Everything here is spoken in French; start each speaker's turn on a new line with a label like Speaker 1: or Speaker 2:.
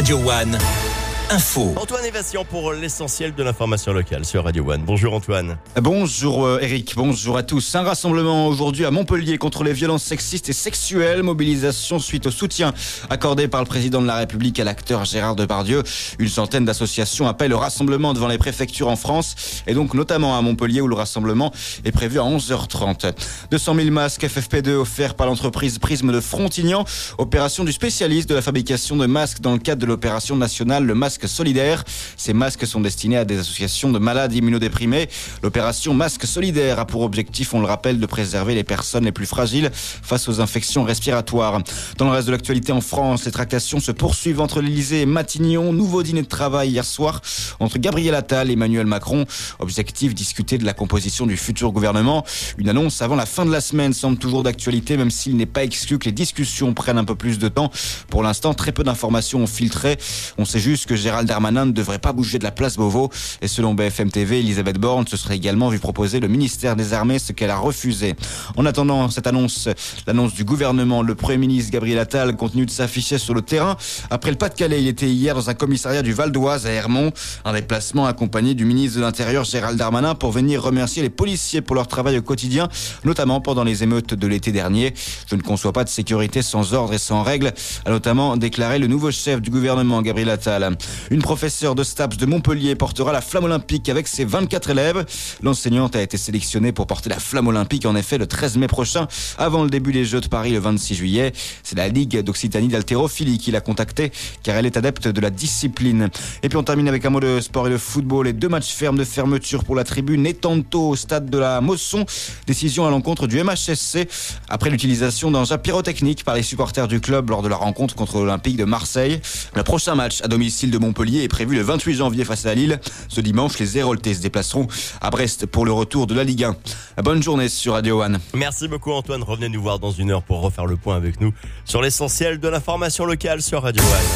Speaker 1: Radio One, info.
Speaker 2: Antoine Evasian pour l'essentiel de l'information locale sur Radio One. Bonjour Antoine.
Speaker 3: Bonjour Eric, bonjour à tous. Un rassemblement aujourd'hui à Montpellier contre les violences sexistes et sexuelles. Mobilisation suite au soutien accordé par le président de la République à l'acteur Gérard Depardieu. Une centaine d'associations appellent au rassemblement devant les préfectures en France et donc notamment à Montpellier où le rassemblement est prévu à 11h30. 200 000 masques FFP2 offerts par l'entreprise Prisme de Frontignan. Opération du spécialiste de la fabrication de masques dans le cadre de l'opération nationale Le Masque Solidaire. Ces masques sont destinés à des associations de malades immunodéprimés. L'opération Masque Solidaire a pour objectif, on le rappelle, de préserver les personnes les plus fragiles face aux infections respiratoires. Dans le reste de l'actualité en France, les tractations se poursuivent entre l'Elysée et Matignon. Nouveau dîner de travail hier soir entre Gabriel Attal et Emmanuel Macron. Objectif, discuter de la composition du futur gouvernement. Une annonce avant la fin de la semaine semble toujours d'actualité, même s'il n'est pas exclu que les discussions prennent un peu plus de temps. Pour l'instant, très peu d'informations ont filtré. On sait juste que Gérald Darmanin ne devrait pas bouger de la place Beauvau. Et selon BFM TV, Elisabeth Borne se serait également vu proposer le ministère des Armées, ce qu'elle a refusé. En attendant cette annonce, l'annonce du gouvernement, le Premier ministre Gabriel Attal continue de s'afficher sur le terrain. Après le Pas-de-Calais, il était hier dans un commissariat du Val d'Oise à Hermont. Un déplacement accompagné du ministre de l'Intérieur Gérald Darmanin pour venir remercier les policiers pour leur travail au quotidien, notamment pendant les émeutes de l'été dernier. Je ne conçois pas de sécurité sans ordre et sans règles, a notamment déclaré le nouveau chef du gouvernement Gabriel Attal. Une professeure de STAPS de Montpellier portera la flamme olympique avec ses 24 élèves. L'enseignante a été sélectionnée pour porter la flamme olympique en effet le 13 mai prochain, avant le début des Jeux de Paris le 26 juillet. C'est la Ligue d'Occitanie d'haltérophilie qui l'a contactée car elle est adepte de la discipline. Et puis on termine avec un mot de sport et de football. Les 2 matchs fermes de fermeture pour la tribune Etanto au stade de la Mosson. Décision à l'encontre du MHSC après l'utilisation d'engins pyrotechniques par les supporters du club lors de la rencontre contre l'Olympique de Marseille. Le prochain match à domicile de Montpellier est prévu le 28 janvier face à Lille. Ce dimanche, les Héroltais se déplaceront à Brest pour le retour de la Ligue 1. Bonne journée sur Radio One.
Speaker 2: Merci beaucoup Antoine. Revenez nous voir dans une heure pour refaire le point avec nous sur l'essentiel de l'information locale sur Radio One.